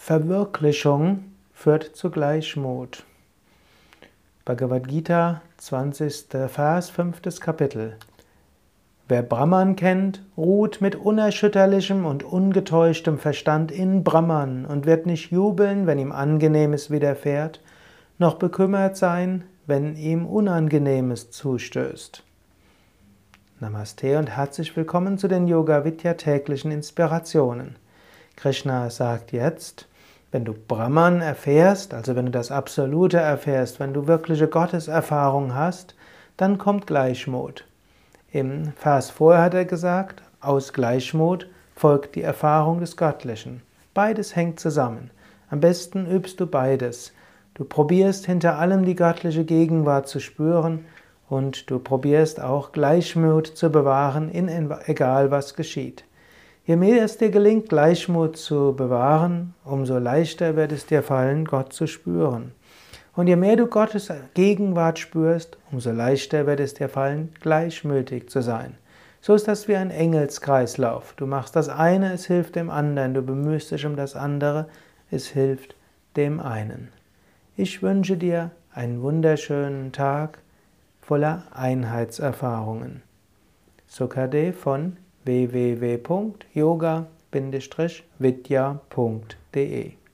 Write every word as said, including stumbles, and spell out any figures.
Verwirklichung führt zu Gleichmut. Bhagavad Gita, zwanzigster Vers, fünftes Kapitel. Wer Brahman kennt, ruht mit unerschütterlichem und ungetäuschtem Verstand in Brahman und wird nicht jubeln, wenn ihm Angenehmes widerfährt, noch bekümmert sein, wenn ihm Unangenehmes zustößt. Namaste und herzlich willkommen zu den Yoga Vidya täglichen Inspirationen. Krishna sagt jetzt, wenn du Brahman erfährst, also wenn du das Absolute erfährst, wenn du wirkliche Gotteserfahrung hast, dann kommt Gleichmut. Im Vers vorher hat er gesagt, aus Gleichmut folgt die Erfahrung des Göttlichen. Beides hängt zusammen. Am besten übst du beides. Du probierst hinter allem die göttliche Gegenwart zu spüren und du probierst auch Gleichmut zu bewahren, in egal was geschieht. Je mehr es dir gelingt, Gleichmut zu bewahren, umso leichter wird es dir fallen, Gott zu spüren. Und je mehr du Gottes Gegenwart spürst, umso leichter wird es dir fallen, gleichmütig zu sein. So ist das wie ein Engelskreislauf. Du machst das eine, es hilft dem anderen. Du bemühst dich um das andere, es hilft dem einen. Ich wünsche dir einen wunderschönen Tag voller Einheitserfahrungen. Sukadev von w w w punkt yoga Bindestrich vidya punkt de